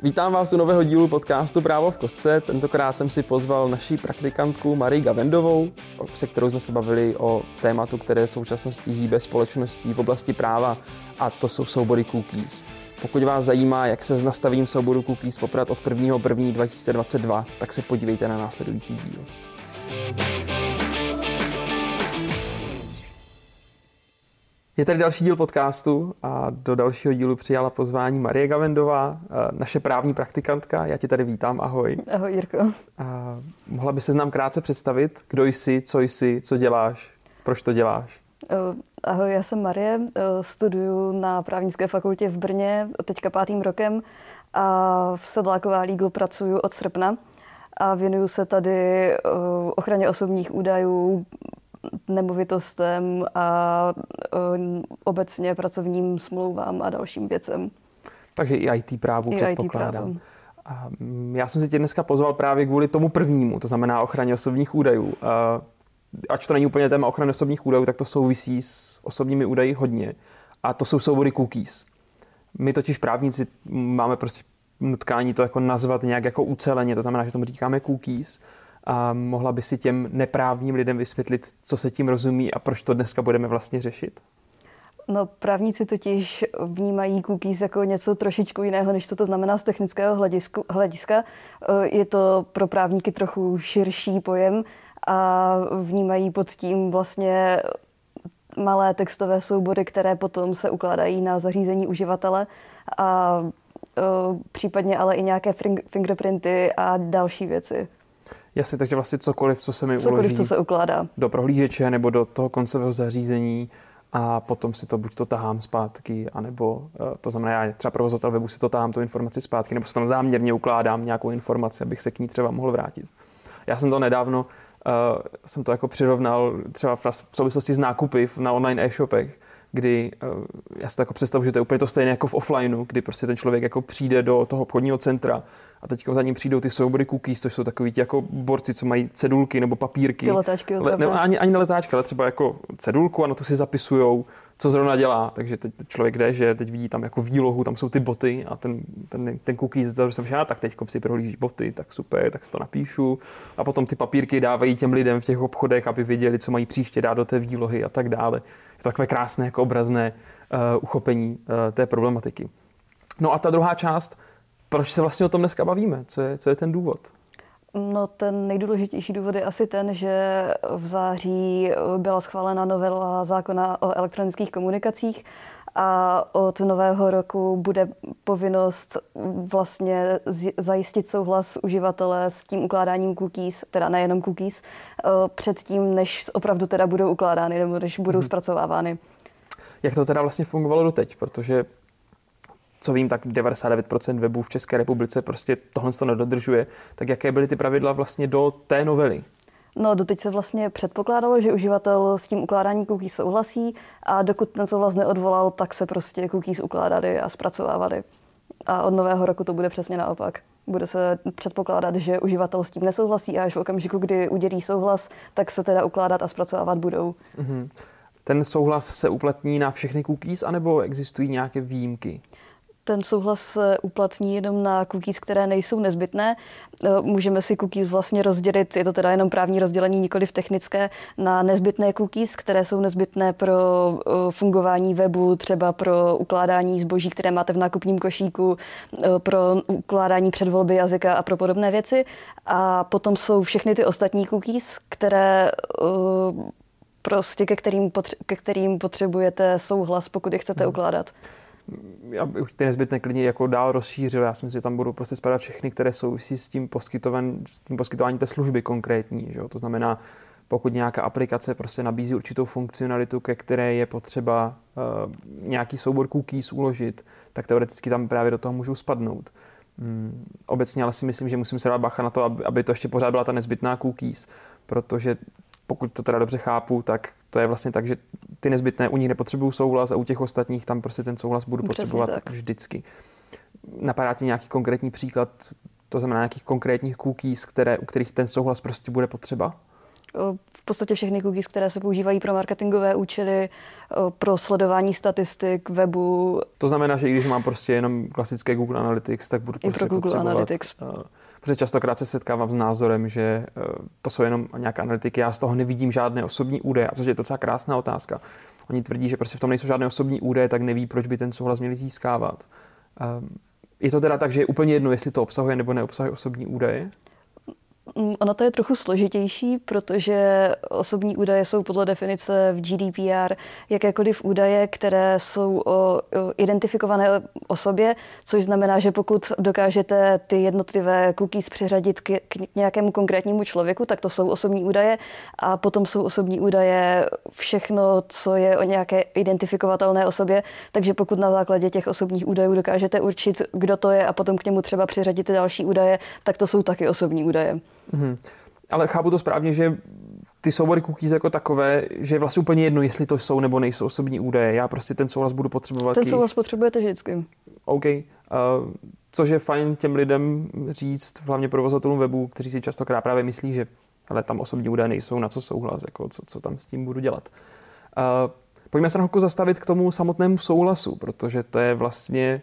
Vítám vás u nového dílu podcastu Právo v kostce. Tentokrát jsem si pozval naši praktikantku Marii Gavendovou, se kterou jsme se bavili o tématu, které v současnosti hýbe společností v oblasti práva, a to jsou soubory cookies. Pokud vás zajímá, jak se s nastavením souboru cookies poprat od 1.1.2022, tak se podívejte na následující díl. Je tady další díl podcastu a do dalšího dílu přijala pozvání Marie Gavendová, naše právní praktikantka. Já tě tady vítám, ahoj. Ahoj, Jirko. Mohla by se nám krátce představit, kdo jsi, co děláš, proč to děláš? Ahoj, já jsem Marie, studuju na právnické fakultě v Brně teďka 5. rokem a v Sedlákové Legal pracuju od srpna a věnuju se tady ochraně osobních údajů, nemovitostem a obecně pracovním smlouvám a dalším věcem. Takže i IT právu předpokládám. A já jsem si tě dneska pozval právě kvůli tomu prvnímu, to znamená ochraně osobních údajů. Ač to není úplně téma ochrany osobních údajů, tak to souvisí s osobními údaji hodně. A to jsou soubory cookies. My totiž právníci máme prostě nutkání to jako nazvat nějak jako uceleně, to znamená, že tomu říkáme cookies. A mohla by si těm neprávním lidem vysvětlit, co se tím rozumí a proč to dneska budeme vlastně řešit? No, právníci totiž vnímají cookies jako něco trošičku jiného, než to znamená z technického hlediska. Je to pro právníky trochu širší pojem a vnímají pod tím vlastně malé textové soubory, které potom se ukládají na zařízení uživatele a případně ale i nějaké fingerprinty a další věci. Jasně, takže vlastně cokoliv, co se mi uloží co se ukládá do prohlížeče nebo do toho koncového zařízení a potom si to buď to tahám zpátky, anebo to znamená, já třeba provozovatel webu si to tahám tu informaci zpátky, nebo si tam záměrně ukládám nějakou informaci, abych se k ní třeba mohl vrátit. Já jsem to nedávno jsem to jako přirovnal třeba v souvislosti s nákupy na online e-shopech, kdy já si to jako představuji, že to je úplně to stejné jako v offlineu, kdy prostě ten člověk jako přijde do toho obchodního centra a teď za ním přijdou ty soubory cookies, což jsou takový ti jako borci, co mají cedulky nebo papírky. Ty letáčky. Ani ne letáčky, ale třeba jako cedulku a na to si zapisujou, co zrovna dělá. Takže teď člověk jde, že teď vidí tam jako výlohu, tam jsou ty boty a ten cookies, tak teď si prohlíží boty, tak super, tak si to napíšu. A potom ty papírky dávají těm lidem v těch obchodech, aby věděli, co mají příště dát do té výlohy a tak dále. Je to takové krásné, jako obrazné uchopení té problematiky. No a ta druhá část, proč se vlastně o tom dneska bavíme? Co je ten důvod? No, ten nejdůležitější důvod je asi ten, že v září byla schválena novela zákona o elektronických komunikacích a od nového roku bude povinnost vlastně zajistit souhlas uživatele s tím ukládáním cookies, teda nejenom cookies, předtím, než opravdu teda budou ukládány nebo než budou zpracovávány. Jak to teda vlastně fungovalo doteď? Protože co vím, tak 99% webů v České republice prostě tohle to nedodržuje. Tak jaké byly ty pravidla vlastně do té novely? No, doteď se vlastně předpokládalo, že uživatel s tím ukládáním cookies souhlasí a dokud ten souhlas neodvolal, tak se prostě cookies ukládaly a zpracovávaly. A od nového roku to bude přesně naopak. Bude se předpokládat, že uživatel s tím nesouhlasí a až v okamžiku, kdy udělí souhlas, tak se teda ukládat a zpracovávat budou. Mm-hmm. Ten souhlas se uplatní na všechny cookies, anebo existují nějaké výjimky? Ten souhlas se uplatní jenom na cookies, které nejsou nezbytné. Můžeme si cookies vlastně rozdělit, je to teda jenom právní rozdělení, nikoliv technické, na nezbytné cookies, které jsou nezbytné pro fungování webu, třeba pro ukládání zboží, které máte v nákupním košíku, pro ukládání předvolby jazyka a pro podobné věci. A potom jsou všechny ty ostatní cookies, které prostě ke kterým potřebujete souhlas, pokud je chcete ukládat. Já bych ty nezbytné klidně jako dál rozšířil. Já si myslím, že tam budou prostě spadat všechny, které souvisí s tím poskytováním té služby konkrétní. Že jo? To znamená, pokud nějaká aplikace prostě nabízí určitou funkcionalitu, ke které je potřeba nějaký soubor cookies uložit, tak teoreticky tam právě do toho můžou spadnout. Obecně ale si myslím, že musím se dát bacha na to, aby to ještě pořád byla ta nezbytná cookies, protože pokud to teda dobře chápu, tak to je vlastně tak, že ty nezbytné u nich nepotřebují souhlas a u těch ostatních tam prostě ten souhlas budu potřebovat vždycky. Napadá ti nějaký konkrétní příklad, to znamená nějakých konkrétních cookies, u kterých ten souhlas prostě bude potřeba? V podstatě všechny cookies, které se používají pro marketingové účely, pro sledování statistik, webu. To znamená, že i když mám prostě jenom klasické Google Analytics, tak budu prostě pro Google Analytics. Protože častokrát se setkávám s názorem, že to jsou jenom nějaké analytiky, já z toho nevidím žádné osobní údaje, a což je docela krásná otázka. Oni tvrdí, že prostě v tom nejsou žádné osobní údaje, tak neví, proč by ten souhlas měli získávat. Je to teda tak, že je úplně jedno, jestli to obsahuje nebo neobsahuje osobní údaje? Ono to je trochu složitější, protože osobní údaje jsou podle definice v GDPR jakékoliv údaje, které jsou o identifikované osobě, což znamená, že pokud dokážete ty jednotlivé cookies přiřadit k nějakému konkrétnímu člověku, tak to jsou osobní údaje a potom jsou osobní údaje všechno, co je o nějaké identifikovatelné osobě, takže pokud na základě těch osobních údajů dokážete určit, kdo to je a potom k němu třeba přiřadit další údaje, tak to jsou taky osobní údaje. Ale chápu to správně, že ty soubory cookies jako takové, že je vlastně úplně jedno, jestli to jsou nebo nejsou osobní údaje. Já prostě ten souhlas budu potřebovat. Ten souhlas potřebujete vždycky. OK. Což je fajn těm lidem říct, hlavně provozovatelům webu, kteří si častokrát právě myslí, že ale tam osobní údaje nejsou, na co souhlas, jako co tam s tím budu dělat. Pojďme se na chvilku zastavit k tomu samotnému souhlasu, protože to je vlastně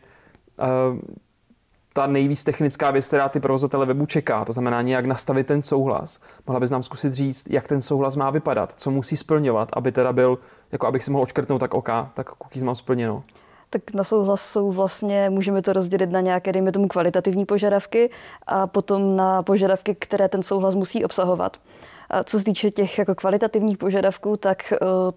ta nejvíc technická věc, která ty provozovatele webu čeká, to znamená nějak nastavit ten souhlas. Mohla bys nám zkusit říct, jak ten souhlas má vypadat, co musí splňovat, aby teda byl, jako abych si mohl odškrtnout, tak OK, tak cookies mám splněno. Tak na souhlas jsou vlastně, můžeme to rozdělit na nějaké, dejme tomu, kvalitativní požadavky a potom na požadavky, které ten souhlas musí obsahovat. A co se týče těch jako kvalitativních požadavků, tak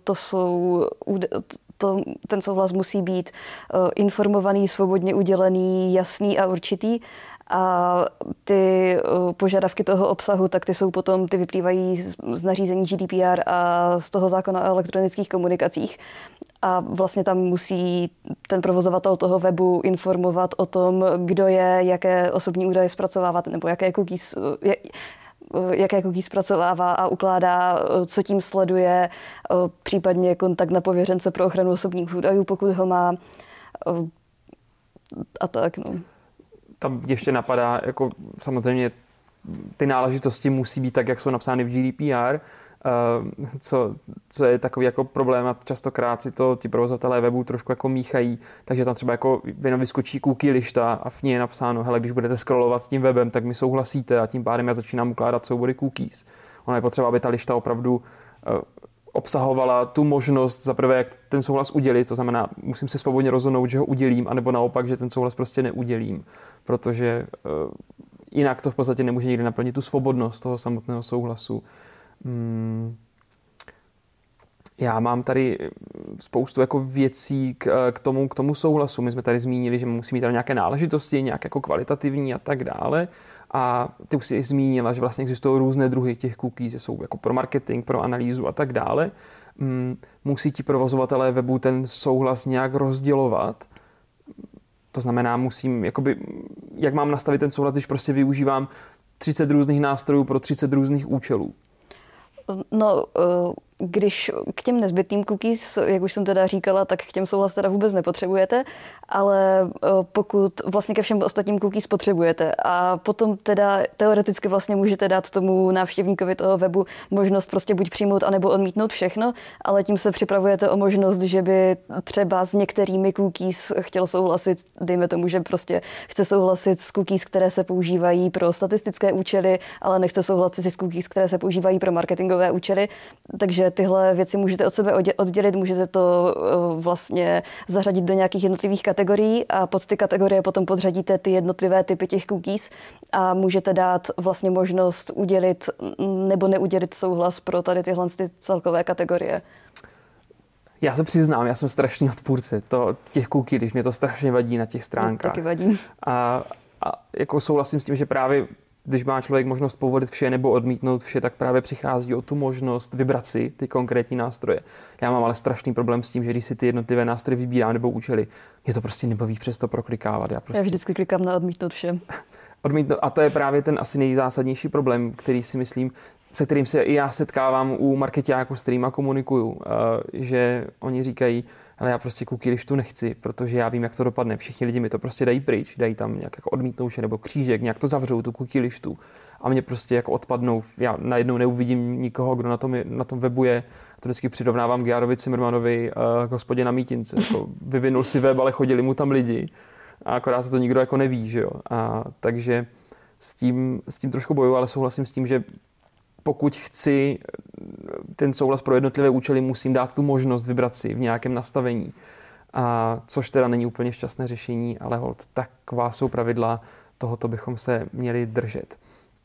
ten souhlas musí být informovaný, svobodně udělený, jasný a určitý. A ty požadavky toho obsahu, tak ty vyplývají z nařízení GDPR a z toho zákona o elektronických komunikacích. A vlastně tam musí ten provozovatel toho webu informovat o tom, kdo je, jaké osobní údaje zpracovávat, nebo jaké cookies zpracovává a ukládá, co tím sleduje, případně kontakt na pověřence pro ochranu osobních údajů, pokud ho má a tak. No. Tam ještě napadá, jako samozřejmě ty náležitosti musí být tak, jak jsou napsány v GDPR, co je takový jako problém a častokrát si to ti provozovatelé webu trošku jako míchají, takže tam třeba jako jenom vyskočí cookie lišta a v ní je napsáno, hele, když budete scrollovat tím webem, tak mi souhlasíte a tím pádem já začínám ukládat soubory cookies. Ono je potřeba, aby ta lišta opravdu obsahovala tu možnost zaprvé, jak ten souhlas udělit, to znamená, musím se svobodně rozhodnout, že ho udělím, anebo naopak, že ten souhlas prostě neudělím, protože jinak to v podstatě nemůže nikdy naplnit tu svobodnost toho samotného souhlasu. Já mám tady spoustu jako věcí k tomu souhlasu. My jsme tady zmínili, že musí mít tady nějaké náležitosti, nějak jako kvalitativní a tak dále. A ty už si zmínila, že vlastně existují různé druhy těch cookies, že jsou jako pro marketing, pro analýzu a tak dále. Musí ti provozovatelé webu ten souhlas nějak rozdělovat. To znamená, jak mám nastavit ten souhlas, když prostě využívám 30 různých nástrojů pro 30 různých účelů. No, když k těm nezbytným cookies, jak už jsem teda říkala, tak k těm souhlas teda vůbec nepotřebujete, ale pokud vlastně ke všem ostatním cookies potřebujete a potom teda teoreticky vlastně můžete dát tomu návštěvníkovi toho webu možnost prostě buď přijmout anebo odmítnout všechno, ale tím se připravujete o možnost, že by třeba s některými cookies chtěl souhlasit, dejme tomu, že prostě chce souhlasit s cookies, které se používají pro statistické účely, ale nechce souhlasit s cookies, které se používají pro marketingové účely, takže tyhle věci můžete od sebe oddělit, můžete to vlastně zařadit do nějakých jednotlivých kategorií a pod ty kategorie potom podřadíte ty jednotlivé typy těch cookies a můžete dát vlastně možnost udělit nebo neudělit souhlas pro tady tyhle celkové kategorie. Já se přiznám, já jsem strašný odpůrce těch cookies, když mě to strašně vadí na těch stránkách. Taky vadí. A jako souhlasím s tím, že právě když má člověk možnost povolit vše nebo odmítnout vše, tak právě přichází o tu možnost vybrat si ty konkrétní nástroje. Já mám ale strašný problém s tím, že když si ty jednotlivé nástroje vybírám nebo účely, mě to prostě nebaví přes to proklikávat. Já vždycky klikám na odmítnout vše. A to je právě ten asi nejzásadnější problém, který si myslím, se kterým se i já setkávám u markeťáků, s kterýma komunikuju, že oni říkají, ale já prostě cookie listu nechci, protože já vím, jak to dopadne. Všichni lidi mi to prostě dají pryč, dají tam nějak jako odmítnouše nebo křížek, nějak to zavřou, tu cookie listu a mě prostě jako odpadnou. Já najednou neuvidím nikoho, kdo na tom webu je. To vždycky přirovnávám k Járovi Cimrmanovi, k Hospodě na Mítince. Jako vyvinul si web, ale chodili mu tam lidi. A akorát se to nikdo jako neví, že jo. A takže s tím trošku bojuju, ale souhlasím s tím, že pokud chci ten souhlas pro jednotlivé účely, musím dát tu možnost vybrat si v nějakém nastavení. A což teda není úplně šťastné řešení, ale holt, taková jsou pravidla, tohoto bychom se měli držet.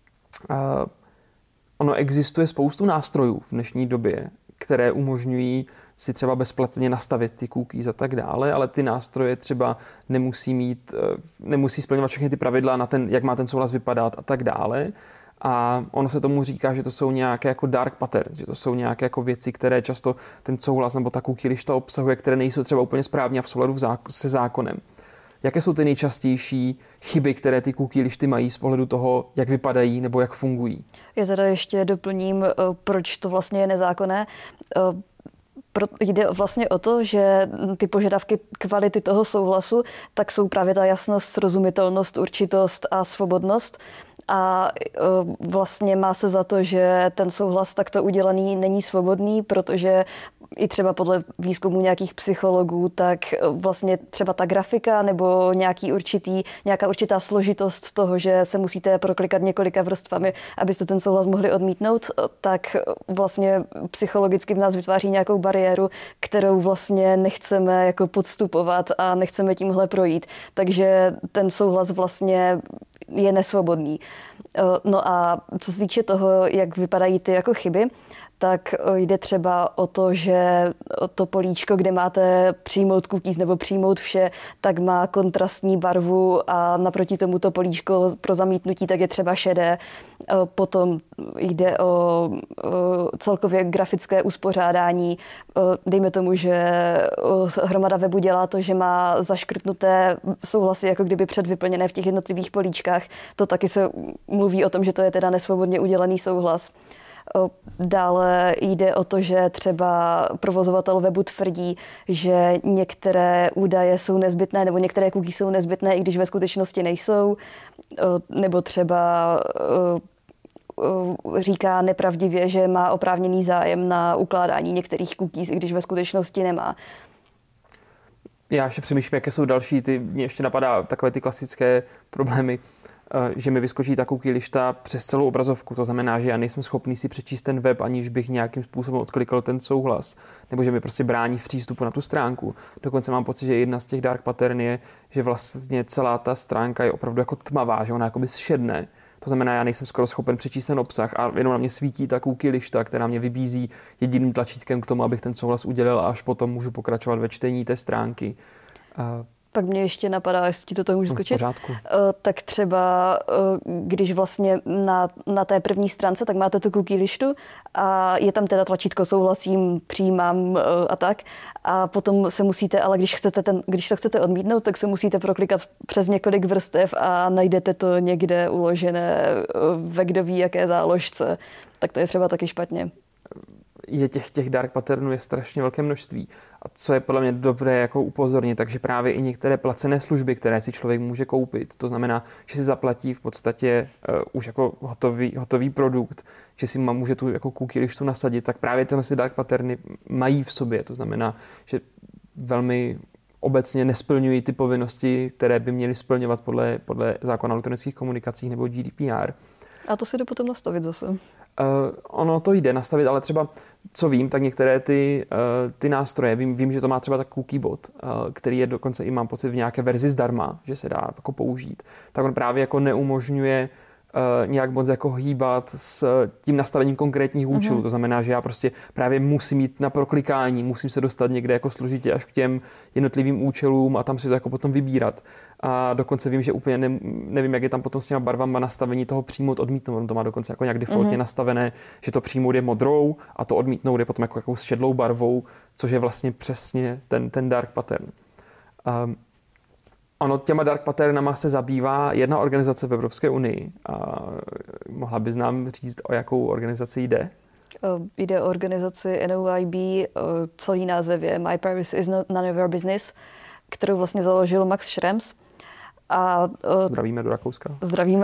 Ono existuje spoustu nástrojů v dnešní době, které umožňují si třeba bezplatně nastavit ty cookies a tak dále, ale ty nástroje třeba nemusí splňovat všechny ty pravidla na ten, jak má ten souhlas vypadat a tak dále. A ono se tomu říká, že to jsou nějaké jako dark patterns, že to jsou nějaké jako věci, které často ten souhlas nebo ta cookie lista obsahuje, které nejsou třeba úplně správně a v souladu se zákonem. Jaké jsou ty nejčastější chyby, které ty cookie listy mají z pohledu toho, jak vypadají nebo jak fungují? Já teda ještě doplním, proč to vlastně je nezákonné. Jde vlastně o to, že ty požadavky kvality toho souhlasu, tak jsou právě ta jasnost, srozumitelnost, určitost a svobodnost. A vlastně má se za to, že ten souhlas takto udělaný není svobodný, protože i třeba podle výzkumu nějakých psychologů, tak vlastně třeba ta grafika nebo nějaká určitá složitost toho, že se musíte proklikat několika vrstvami, abyste ten souhlas mohli odmítnout, tak vlastně psychologicky v nás vytváří nějakou bariéru, kterou vlastně nechceme jako podstupovat a nechceme tímhle projít. Takže ten souhlas vlastně je nesvobodný. No a co se týče toho, jak vypadají ty jako chyby, tak jde třeba o to, že to políčko, kde máte přijmout cookies nebo přijmout vše, tak má kontrastní barvu a naproti tomu to políčko pro zamítnutí tak je třeba šedé. Potom jde o celkově grafické uspořádání. Dejme tomu, že hromada webu dělá to, že má zaškrtnuté souhlasy, jako kdyby předvyplněné v těch jednotlivých políčkách. To taky se mluví o tom, že to je teda nesvobodně udělený souhlas. Dále jde o to, že třeba provozovatel webu tvrdí, že některé údaje jsou nezbytné nebo některé cookies jsou nezbytné, i když ve skutečnosti nejsou. Nebo třeba říká nepravdivě, že má oprávněný zájem na ukládání některých cookies, i když ve skutečnosti nemá. Já ještě přemýšlím, jaké jsou další, mě ještě napadá takové ty klasické problémy, že mi vyskočí ta cookie lista přes celou obrazovku. To znamená, že já nejsem schopný si přečíst ten web, aniž bych nějakým způsobem odklikl ten souhlas. Nebo že mi prostě brání v přístupu na tu stránku. Dokonce mám pocit, že jedna z těch dark pattern je, že vlastně celá ta stránka je opravdu jako tmavá, že ona jakoby zšedne. To znamená, já nejsem skoro schopen přečíst ten obsah a jenom na mě svítí ta cookie lista, která mě vybízí jediným tlačítkem k tomu, abych ten souhlas udělil a až potom můžu pokračovat ve čtení té stránky. Pak mě ještě napadá, jestli ti do toho můžu skočit, tak třeba když vlastně na té první stránce, tak máte tu cookie listu a je tam teda tlačítko souhlasím, přijímám a tak. A potom se musíte, ale když to chcete odmítnout, tak se musíte proklikat přes několik vrstev a najdete to někde uložené ve kdo ví jaké záložce. Tak to je třeba taky špatně. Je těch dark patternů je strašně velké množství. A co je podle mě dobré jako upozornit, takže právě i některé placené služby, které si člověk může koupit, to znamená, že si zaplatí v podstatě už jako hotový produkt, že si může tu jako cookie listu nasadit, tak právě tyhle dark patterny mají v sobě. To znamená, že velmi obecně nesplňují ty povinnosti, které by měly splňovat podle zákona o elektronických komunikacích nebo GDPR. A to si jde potom nastavit zase. Ono to jde nastavit, ale třeba, co vím, tak některé ty nástroje, vím, že to má třeba tak Cookiebot, který je dokonce i mám pocit v nějaké verzi zdarma, že se dá jako použít, tak on právě jako neumožňuje nějak moc jako hýbat s tím nastavením konkrétních účelů. To znamená, že já prostě právě musím jít na proklikání, musím se dostat někde jako složitě až k těm jednotlivým účelům a tam si to jako potom vybírat. A dokonce vím, že úplně nevím, jak je tam potom s těma barvama nastavení toho přijmout, odmítnout. On to má dokonce jako nějak defaultně nastavené, že to přijmout je modrou a to odmítnout je potom jako s šedlou barvou, což je vlastně přesně ten dark pattern. Ono těma dark patternama se zabývá jedna organizace v Evropské unii. A mohla bys nám říct, o jakou organizaci jde? Jde o organizaci NOIB, celý název je My Privacy is None of Your Business, kterou vlastně založil Max Schrems. Zdravíme do Rakouska. Zdravíme.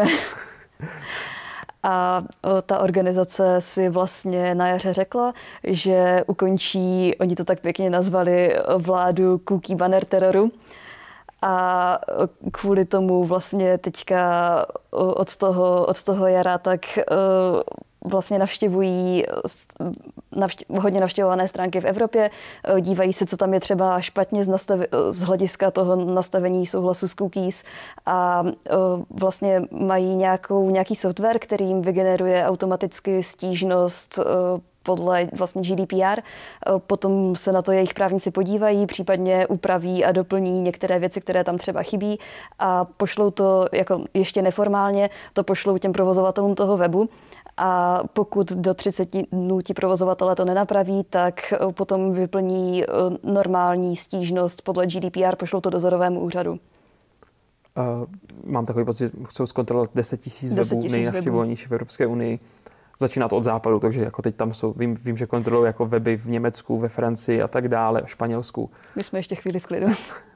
A ta organizace si vlastně na jaře řekla, že ukončí, oni to tak pěkně nazvali, vládu cookie banner teroru. A kvůli tomu vlastně teďka od toho jara tak vlastně navštěvují hodně navštěvované stránky v Evropě, dívají se, co tam je třeba špatně z hlediska toho nastavení souhlasu s cookies a vlastně mají nějaký software, který jim vygeneruje automaticky stížnost podle vlastně GDPR. Potom se na to jejich právníci podívají, případně upraví a doplní některé věci, které tam třeba chybí a pošlou to jako ještě neformálně, to pošlou těm provozovatelům toho webu. A pokud do 30 dnů ti provozovatelé to nenapraví, tak potom vyplní normální stížnost podle GDPR, pošlou to dozorovému úřadu. Mám takový pocit, že chcou zkontrolovat 10 000 webů nejnavštěvovanějších v Evropské unii. Začíná to od západu, takže jako teď tam jsou, vím, že kontrolují jako weby v Německu, ve Francii a tak dále, v Španělsku. My jsme ještě chvíli v klidu.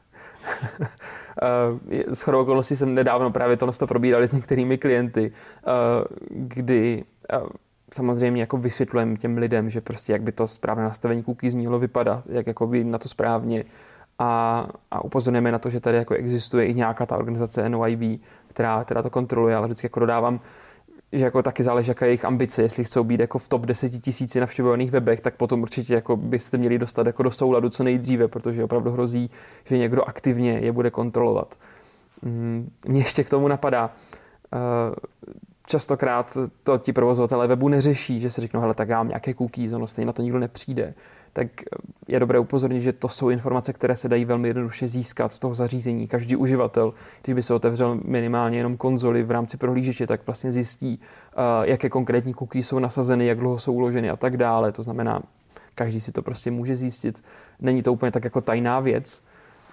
Shodou okolností jsem nedávno právě tohle probírali s některými klienty, kdy samozřejmě jako vysvětlujeme těm lidem, že prostě jak by to správné nastavení cookies mělo vypadat, jak jako by na to správně a upozorňujeme na to, že tady jako existuje i nějaká ta organizace NOIB, která to kontroluje, ale vždycky jako dodávám, že jako taky záleží, jaká je jejich ambice. Jestli chcou být jako v top 10 000 navštěvovaných webech, tak potom určitě jako byste měli dostat jako do souladu co nejdříve, protože opravdu hrozí, že někdo aktivně je bude kontrolovat. Mně ještě k tomu napadá, častokrát to ti provozovatelé webu neřeší, že si řeknou, hele, tak já mám nějaké cookies, ono stejně na to nikdo nepřijde. Tak je dobré upozornit, že to jsou informace, které se dají velmi jednoduše získat z toho zařízení. Každý uživatel, když by se otevřel minimálně jenom konzoli v rámci prohlížeče, tak vlastně zjistí, jaké konkrétní cookies jsou nasazeny, jak dlouho jsou uloženy a tak dále. To znamená, každý si to prostě může zjistit. Není to úplně tak jako tajná věc.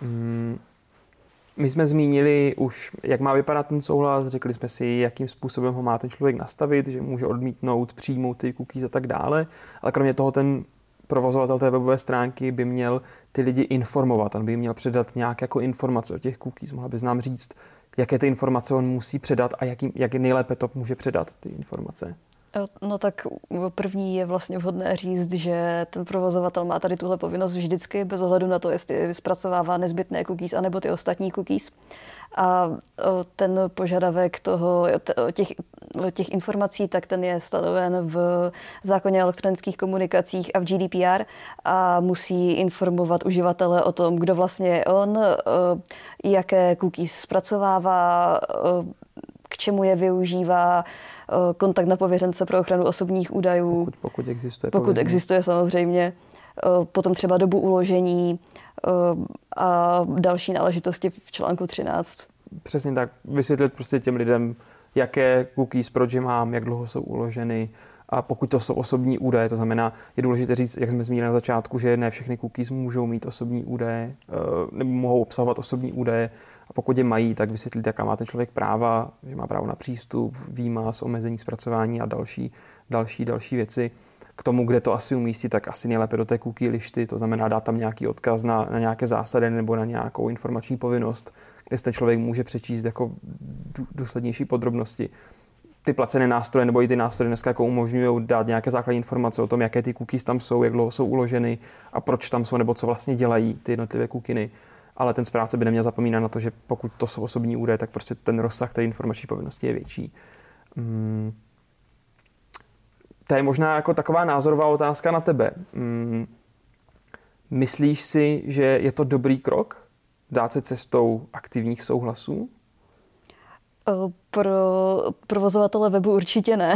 My jsme zmínili už, jak má vypadat ten souhlas, řekli jsme si, jakým způsobem ho má ten člověk nastavit, že může odmítnout, přijmout ty cookies a tak dále, ale kromě toho ten provozovatel té webové stránky by měl ty lidi informovat, on by měl předat nějaké jako informace o těch cookies, mohla bys nám říct, jaké ty informace on musí předat a jak nejlépe to může předat ty informace. No tak první je vlastně vhodné říct, že ten provozovatel má tady tuhle povinnost vždycky, bez ohledu na to, jestli zpracovává nezbytné cookies anebo ty ostatní cookies. A ten požadavek těch informací, tak ten je stanoven v zákoně o elektronických komunikacích a v GDPR a musí informovat uživatele o tom, kdo vlastně je on, jaké cookies zpracovává, k čemu je využívá, kontakt na pověřence pro ochranu osobních údajů. Pokud existuje. Pokud existuje samozřejmě. Potom třeba dobu uložení a další náležitosti v článku 13. Přesně tak. Vysvětlit prostě těm lidem, jaké cookies, proč je mám, jak dlouho jsou uloženy. A pokud to jsou osobní údaje, to znamená, je důležité říct, jak jsme zmínili na začátku, že ne všechny cookies můžou mít osobní údaje, nebo mohou obsahovat osobní údaje. A pokud je mají, tak vysvětlit, jaká má ten člověk práva, že má právo na přístup, výmaz, omezení zpracování a další věci. K tomu, kde to asi umístit, tak asi nejlépe do té cookie lišty, to znamená dát tam nějaký odkaz na nějaké zásady nebo na nějakou informační povinnost, kde ten člověk může přečíst jako důslednější podrobnosti. Ty placené nástroje nebo i ty nástroje dneska jako umožňují dát nějaké základní informace o tom, jaké ty cookies tam jsou, jak dlouho jsou uloženy a proč tam jsou nebo co vlastně dělají ty jednotlivé cookiny. Ale ten správce by neměl zapomínat na to, že pokud to jsou osobní údaje, tak prostě ten rozsah té informační povinnosti je větší. To je možná jako taková názorová otázka na tebe. Myslíš si, že je to dobrý krok dát se cestou aktivních souhlasů? Pro provozovatele webu určitě ne.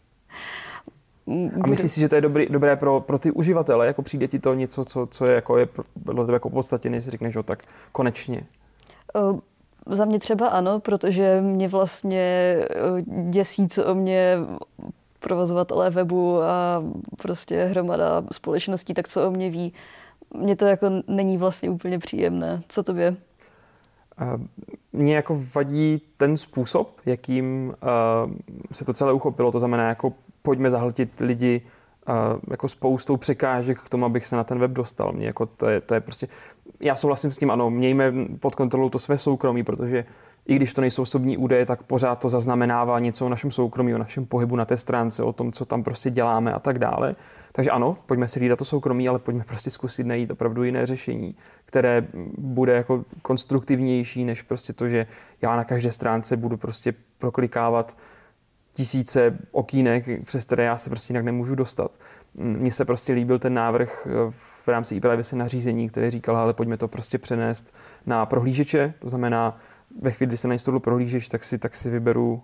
A myslíš si, že to je dobré pro ty uživatele? Jako přijde ti to něco, co je pro tebe jako podstatně, si řekneš, že tak konečně? Za mě třeba ano, protože mě vlastně děsí, co o mě provozovatelé webu a prostě hromada společností, tak co o mě ví. Mně to jako není vlastně úplně příjemné. Co tobě? Mně jako vadí ten způsob, jakým se to celé uchopilo. To znamená, jako pojďme zahltit lidi jako spoustou překážek k tomu, abych se na ten web dostal. Mě jako to je prostě, já souhlasím s tím, ano, mějme pod kontrolou to své soukromí, protože i když to nejsou osobní údaje, tak pořád to zaznamenává něco o našem soukromí, o našem pohybu na té stránce, o tom, co tam prostě děláme a tak dále. Takže ano, pojďme si hlídat to soukromí, ale pojďme prostě zkusit najít opravdu jiné řešení, které bude jako konstruktivnější, než prostě to, že já na každé stránce budu prostě proklikávat tisíce okýnek, přes které já se prostě jinak nemůžu dostat. Mně se prostě líbil ten návrh v rámci e-privacy nařízení, který říkal, ale pojďme to prostě přenést na prohlížeče, to znamená, ve chvíli, kdy se nainstaluju prohlížeč, tak si vyberu,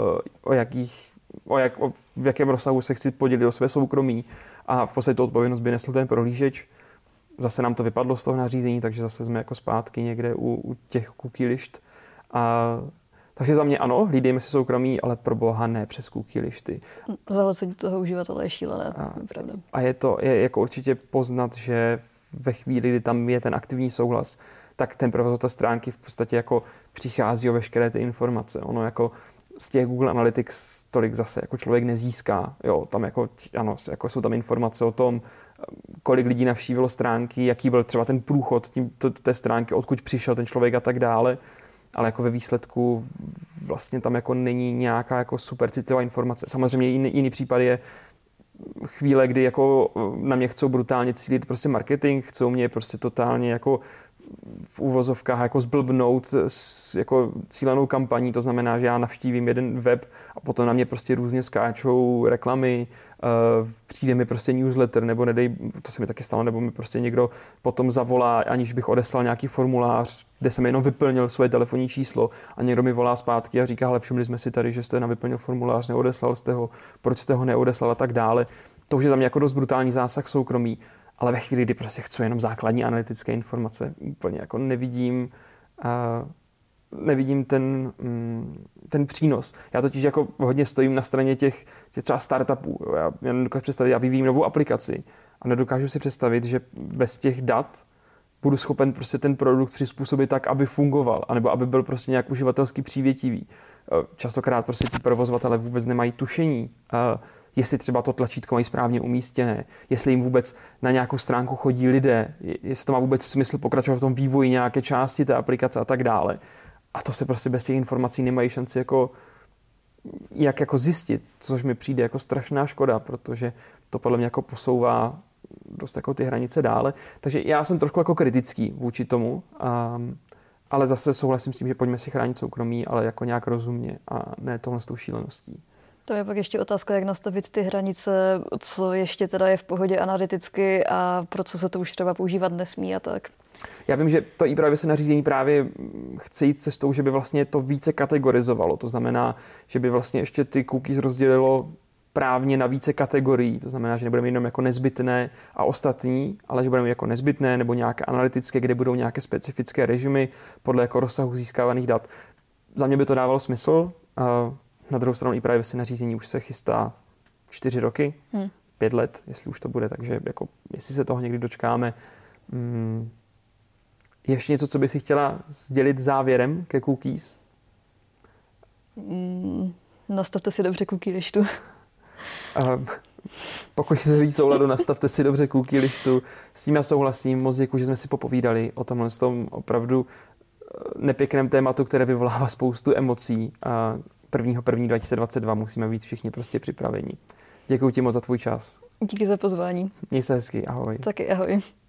v jakém rozsahu se chci podělit o své soukromí a v podstatě tu odpovědnost by nesl ten prohlížeč. Zase nám to vypadlo z toho nařízení, takže zase jsme jako zpátky někde u těch cookie lišt. Takže za mě ano, hlídejme si soukromí, ale pro boha ne přes cookie lišty. Zahlcení toho uživatele je šílené, pravda. A je jako určitě poznat, že ve chvíli, kdy tam je ten aktivní souhlas, tak ten provozovatel stránky v podstatě jako přichází o veškeré ty informace. Ono jako z těch Google Analytics tolik zase jako člověk nezíská. Jo, tam jako, ano, jako jsou tam informace o tom, kolik lidí navštívilo stránky, jaký byl třeba ten průchod té stránky, odkud přišel ten člověk a tak dále. Ale jako ve výsledku vlastně tam jako není nějaká jako super citlivá informace. Samozřejmě jiný případ je chvíle, kdy jako na mě chcou brutálně cílit prostě marketing, chcou mě prostě totálně jako v uvozovkách jako zblbnout s jako cílenou kampaní, to znamená, že já navštívím jeden web a potom na mě prostě různě skáčou reklamy, přijde mi prostě newsletter, nebo to se mi taky stalo, nebo mi prostě někdo potom zavolá, aniž bych odeslal nějaký formulář, kde jsem jenom vyplnil svoje telefonní číslo a někdo mi volá zpátky a říká, hele, všimli jsme si tady, že jste vyplnil formulář, neodeslal jste ho, proč jste ho neodeslal a tak dále. To už je za mě jako dost brutální zásah soukromí. Ale ve chvíli, kdy prostě chci jenom základní analytické informace, úplně jako nevidím ten přínos. Já totiž jako hodně stojím na straně těch třeba startupů. Já nedokážu představit, já vyvíjím novou aplikaci a nedokážu si představit, že bez těch dat budu schopen prostě ten produkt přizpůsobit tak, aby fungoval, anebo aby byl prostě nějak uživatelsky přívětivý. Častokrát prostě ti provozovatelé vůbec nemají tušení, jestli třeba to tlačítko mají správně umístěné, jestli jim vůbec na nějakou stránku chodí lidé, jestli to má vůbec smysl pokračovat v tom vývoji nějaké části té aplikace a tak dále. A to se prostě bez těch informací nemají šanci jak jako zjistit, což mi přijde jako strašná škoda, protože to podle mě jako posouvá dost jako ty hranice dále. Takže já jsem trošku jako kritický vůči tomu, ale zase souhlasím s tím, že pojďme si chránit soukromí, ale jako nějak rozumně a ne tohle s tou šíleností. To je pak ještě otázka, jak nastavit ty hranice, co ještě teda je v pohodě analyticky a pro co se to už třeba používat nesmí a tak. Já vím, že to e-privacy nařízení právě chce jít cestou, že by vlastně to více kategorizovalo. To znamená, že by vlastně ještě ty cookies rozdělilo právně na více kategorií. To znamená, že nebudeme jenom jako nezbytné a ostatní, ale že budeme jako nezbytné nebo nějaké analytické, kde budou nějaké specifické režimy podle jako rozsahu získávaných dat. Za mě by to dávalo smysl. Na druhou stranu e-privacy nařízení už se chystá 4 roky, 5 let, jestli už to bude, takže jako, jestli se toho někdy dočkáme. Ještě něco, co by si chtěla sdělit závěrem ke cookies? Nastavte si dobře cookie lištu. Pokud chcete víc souladu, nastavte si dobře cookie lištu. S tím já souhlasím, moc děkuji, že jsme si popovídali o tomhle tom opravdu nepěkném tématu, které vyvolává spoustu emocí. 1.1.2022 musíme být všichni prostě připraveni. Děkuji ti moc za tvůj čas. Díky za pozvání. Měj se hezky, ahoj. Taky ahoj.